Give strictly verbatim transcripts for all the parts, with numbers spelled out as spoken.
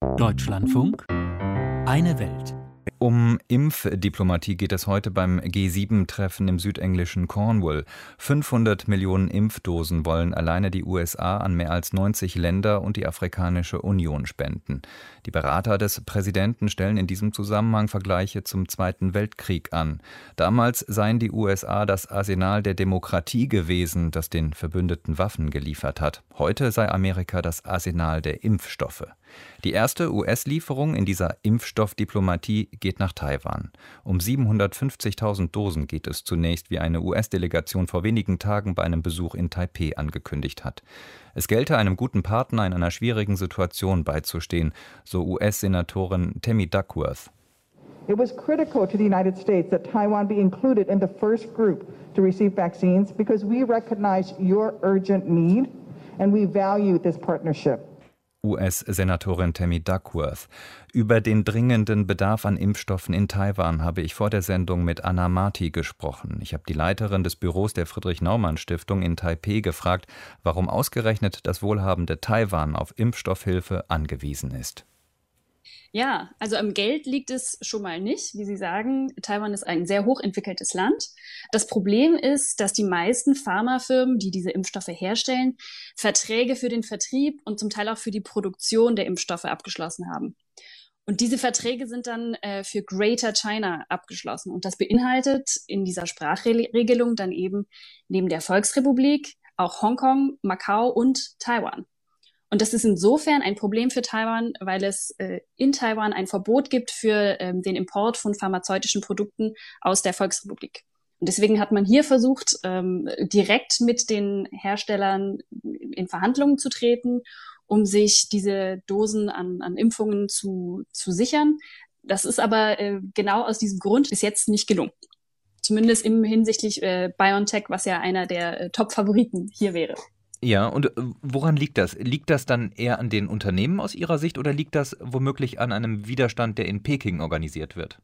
Deutschlandfunk, eine Welt. Um Impfdiplomatie geht es heute beim G sieben Treffen im südenglischen Cornwall. fünfhundert Millionen Impfdosen wollen alleine die U S A an mehr als neunzig Länder und die Afrikanische Union spenden. Die Berater des Präsidenten stellen in diesem Zusammenhang Vergleiche zum Zweiten Weltkrieg an. Damals seien die U S A das Arsenal der Demokratie gewesen, das den Verbündeten Waffen geliefert hat. Heute sei Amerika das Arsenal der Impfstoffe. Die erste U S-Lieferung in dieser Impfstoffdiplomatie geht nach Taiwan. Um siebenhundertfünfzigtausend Dosen geht es zunächst, wie eine U S-Delegation vor wenigen Tagen bei einem Besuch in Taipeh angekündigt hat. Es gelte einem guten Partner in einer schwierigen Situation beizustehen, so U S-Senatorin Tammy Duckworth. It was critical to the United States that Taiwan be included in the first group to receive vaccines because we recognize your urgent need and we value this partnership. U S-Senatorin Tammy Duckworth. Über den dringenden Bedarf an Impfstoffen in Taiwan habe ich vor der Sendung mit Anna Marti gesprochen. Ich habe die Leiterin des Büros der Friedrich-Naumann-Stiftung in Taipeh gefragt, warum ausgerechnet das wohlhabende Taiwan auf Impfstoffhilfe angewiesen ist. Ja, also am Geld liegt es schon mal nicht. Wie Sie sagen, Taiwan ist ein sehr hochentwickeltes Land. Das Problem ist, dass die meisten Pharmafirmen, die diese Impfstoffe herstellen, Verträge für den Vertrieb und zum Teil auch für die Produktion der Impfstoffe abgeschlossen haben. Und diese Verträge sind dann äh, für Greater China abgeschlossen. Und das beinhaltet in dieser Sprachregelung dann eben neben der Volksrepublik auch Hongkong, Macau und Taiwan. Und das ist insofern ein Problem für Taiwan, weil es äh, in Taiwan ein Verbot gibt für ähm, den Import von pharmazeutischen Produkten aus der Volksrepublik. Und deswegen hat man hier versucht, ähm, direkt mit den Herstellern in Verhandlungen zu treten, um sich diese Dosen an, an Impfungen zu, zu sichern. Das ist aber äh, genau aus diesem Grund bis jetzt nicht gelungen. Zumindest im hinsichtlich äh, BioNTech, was ja einer der äh, Top-Favoriten hier wäre. Ja, und woran liegt das? Liegt das dann eher an den Unternehmen aus Ihrer Sicht oder liegt das womöglich an einem Widerstand, der in Peking organisiert wird?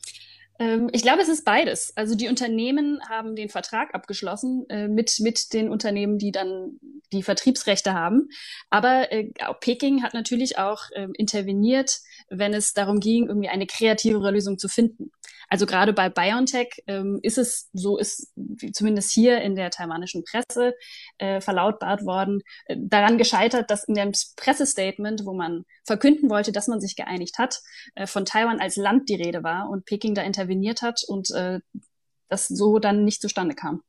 Ähm, ich glaube, es ist beides. Also die Unternehmen haben den Vertrag abgeschlossen äh, mit, mit den Unternehmen, die dann die Vertriebsrechte haben. Aber äh, auch Peking hat natürlich auch äh, interveniert, wenn es darum ging, irgendwie eine kreativere Lösung zu finden. Also gerade bei BioNTech ähm, ist es, so ist zumindest hier in der taiwanischen Presse äh, verlautbart worden, äh, daran gescheitert, dass in dem Pressestatement, wo man verkünden wollte, dass man sich geeinigt hat, äh, von Taiwan als Land die Rede war und Peking da interveniert hat und äh, das so dann nicht zustande kam.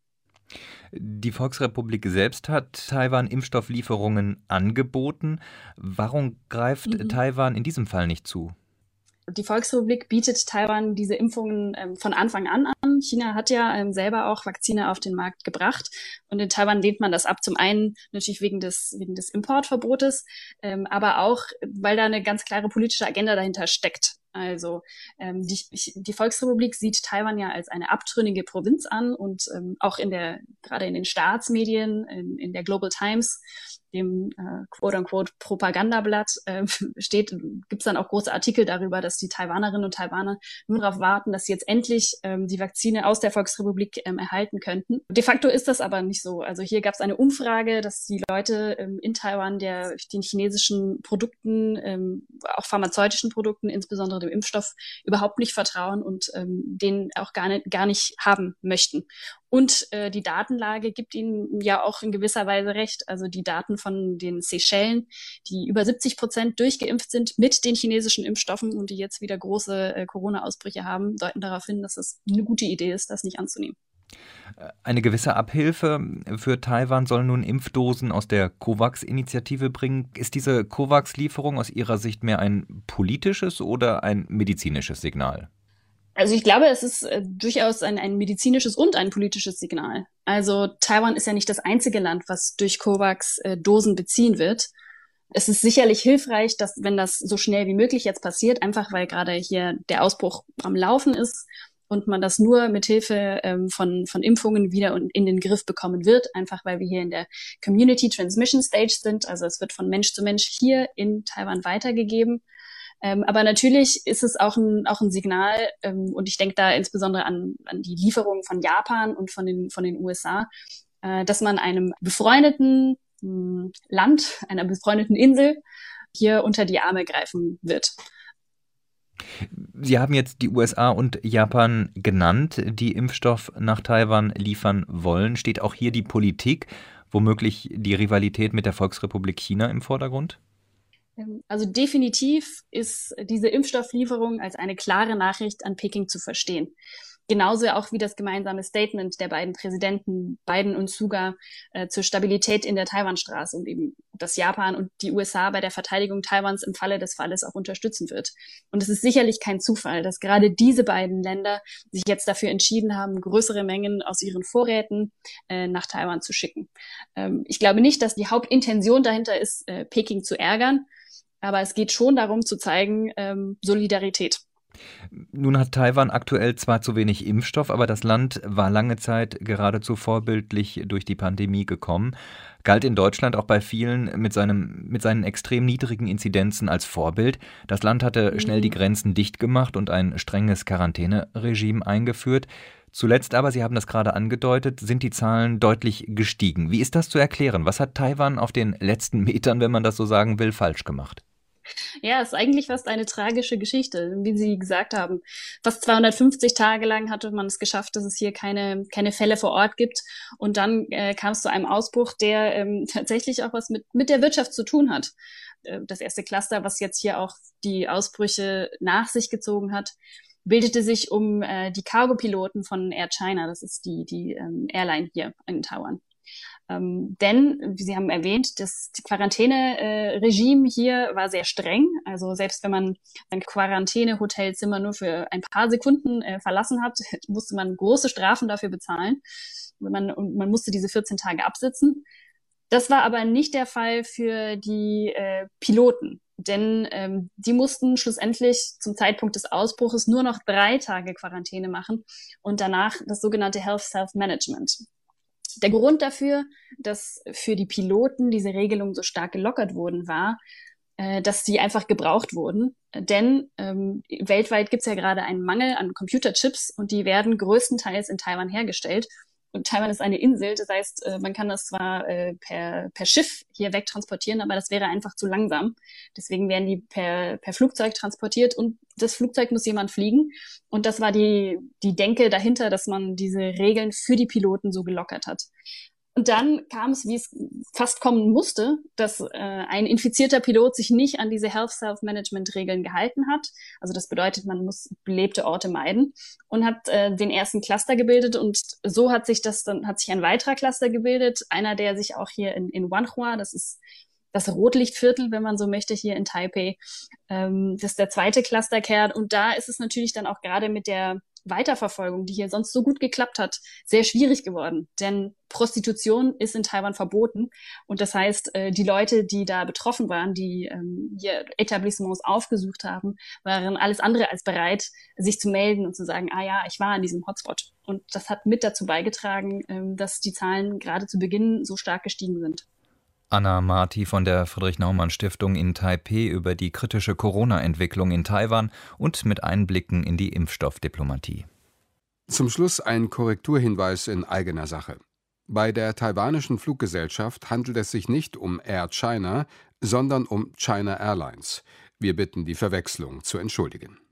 Die Volksrepublik selbst hat Taiwan Impfstofflieferungen angeboten. Warum greift mhm. Taiwan in diesem Fall nicht zu? Die Volksrepublik bietet Taiwan diese Impfungen ähm, von Anfang an an. China hat ja ähm, selber auch Vakzine auf den Markt gebracht. Und in Taiwan lehnt man das ab. Zum einen natürlich wegen des, wegen des Importverbotes, ähm, aber auch, weil da eine ganz klare politische Agenda dahinter steckt. Also ähm, die, die Volksrepublik sieht Taiwan ja als eine abtrünnige Provinz an und ähm, auch in der, gerade in den Staatsmedien, in, in der Global Times, dem äh, quote-unquote Propagandablatt, äh, steht, gibt's dann auch große Artikel darüber, dass die Taiwanerinnen und Taiwaner nur darauf warten, dass sie jetzt endlich ähm, die Vakzine aus der Volksrepublik ähm, erhalten könnten. De facto ist das aber nicht so. Also hier gab's eine Umfrage, dass die Leute ähm, in Taiwan der den chinesischen Produkten, ähm, auch pharmazeutischen Produkten, insbesondere dem Impfstoff, überhaupt nicht vertrauen und ähm, den auch gar nicht, gar nicht haben möchten. Und äh, die Datenlage gibt ihnen ja auch in gewisser Weise recht. Also die Daten von den Seychellen, die über siebzig Prozent durchgeimpft sind mit den chinesischen Impfstoffen und die jetzt wieder große äh, Corona-Ausbrüche haben, deuten darauf hin, dass es eine gute Idee ist, das nicht anzunehmen. Eine gewisse Abhilfe für Taiwan soll nun Impfdosen aus der COVAX-Initiative bringen. Ist diese COVAX-Lieferung aus Ihrer Sicht mehr ein politisches oder ein medizinisches Signal? Also ich glaube, es ist äh, durchaus ein, ein medizinisches und ein politisches Signal. Also Taiwan ist ja nicht das einzige Land, was durch COVAX äh, Dosen beziehen wird. Es ist sicherlich hilfreich, dass, wenn das so schnell wie möglich jetzt passiert, einfach weil gerade hier der Ausbruch am Laufen ist und man das nur mit Hilfe ähm, von, von Impfungen wieder in, in den Griff bekommen wird, einfach weil wir hier in der Community Transmission Stage sind. Also es wird von Mensch zu Mensch hier in Taiwan weitergegeben. Ähm, aber natürlich ist es auch ein, auch ein Signal, ähm, und ich denke da insbesondere an, an die Lieferungen von Japan und von den, von den U S A, äh, dass man einem befreundeten mh, Land, einer befreundeten Insel, hier unter die Arme greifen wird. Sie haben jetzt die U S A und Japan genannt, die Impfstoff nach Taiwan liefern wollen. Steht auch hier die Politik, womöglich die Rivalität mit der Volksrepublik China im Vordergrund? Also definitiv ist diese Impfstofflieferung als eine klare Nachricht an Peking zu verstehen. Genauso auch wie das gemeinsame Statement der beiden Präsidenten Biden und Suga äh, zur Stabilität in der Taiwanstraße und eben, dass Japan und die U S A bei der Verteidigung Taiwans im Falle des Falles auch unterstützen wird. Und es ist sicherlich kein Zufall, dass gerade diese beiden Länder sich jetzt dafür entschieden haben, größere Mengen aus ihren Vorräten äh, nach Taiwan zu schicken. Ähm, ich glaube nicht, dass die Hauptintention dahinter ist, äh, Peking zu ärgern, aber es geht schon darum zu zeigen, ähm, Solidarität. Nun hat Taiwan aktuell zwar zu wenig Impfstoff, aber das Land war lange Zeit geradezu vorbildlich durch die Pandemie gekommen, galt in Deutschland auch bei vielen mit seinem, mit seinen extrem niedrigen Inzidenzen als Vorbild. Das Land hatte schnell die Grenzen dicht gemacht und ein strenges Quarantäneregime eingeführt. Zuletzt aber, Sie haben das gerade angedeutet, sind die Zahlen deutlich gestiegen. Wie ist das zu erklären? Was hat Taiwan auf den letzten Metern, wenn man das so sagen will, falsch gemacht? Ja, ist eigentlich fast eine tragische Geschichte, wie Sie gesagt haben. Fast zweihundertfünfzig Tage lang hatte man es geschafft, dass es hier keine keine Fälle vor Ort gibt. Und dann äh, kam es zu einem Ausbruch, der ähm, tatsächlich auch was mit mit der Wirtschaft zu tun hat. Äh, das erste Cluster, was jetzt hier auch die Ausbrüche nach sich gezogen hat, bildete sich um äh, die Cargo-Piloten von Air China. Das ist die die ähm, Airline hier in Taiwan. Ähm, denn, wie Sie haben erwähnt, das Quarantäneregime äh, hier war sehr streng. Also selbst wenn man ein Quarantänehotelzimmer nur für ein paar Sekunden äh, verlassen hat, musste man große Strafen dafür bezahlen. Und man, und man musste diese vierzehn Tage absitzen. Das war aber nicht der Fall für die äh, Piloten. Denn ähm, die mussten schlussendlich zum Zeitpunkt des Ausbruches nur noch drei Tage Quarantäne machen und danach das sogenannte Health Self-Management. Der Grund dafür, dass für die Piloten diese Regelungen so stark gelockert wurden, war, äh, dass sie einfach gebraucht wurden. Denn ähm, weltweit gibt es ja gerade einen Mangel an Computerchips und die werden größtenteils in Taiwan hergestellt. Und Taiwan ist eine Insel, das heißt, äh, man kann das zwar äh, per, per Schiff hier wegtransportieren, aber das wäre einfach zu langsam. Deswegen werden die per, per Flugzeug transportiert und das Flugzeug muss jemand fliegen. Und das war die, die Denke dahinter, dass man diese Regeln für die Piloten so gelockert hat. Und dann kam es, wie es fast kommen musste, dass äh, ein infizierter Pilot sich nicht an diese Health Self-Management-Regeln gehalten hat. Also das bedeutet, man muss belebte Orte meiden und hat äh, den ersten Cluster gebildet. Und so hat sich das dann hat sich ein weiterer Cluster gebildet. Einer, der sich auch hier in, in Wanhua, das ist das Rotlichtviertel, wenn man so möchte, hier in Taipei, ähm, das ist der zweite Clusterkern. Und da ist es natürlich dann auch gerade mit der Weiterverfolgung, die hier sonst so gut geklappt hat, sehr schwierig geworden. Denn Prostitution ist in Taiwan verboten. Und das heißt, die Leute, die da betroffen waren, die hier Etablissements aufgesucht haben, waren alles andere als bereit, sich zu melden und zu sagen, ah ja, ich war an diesem Hotspot. Und das hat mit dazu beigetragen, dass die Zahlen gerade zu Beginn so stark gestiegen sind. Anna Marti von der Friedrich-Naumann-Stiftung in Taipei über die kritische Corona-Entwicklung in Taiwan und mit Einblicken in die Impfstoffdiplomatie. Zum Schluss ein Korrekturhinweis in eigener Sache. Bei der taiwanischen Fluggesellschaft handelt es sich nicht um Air China, sondern um China Airlines. Wir bitten die Verwechslung zu entschuldigen.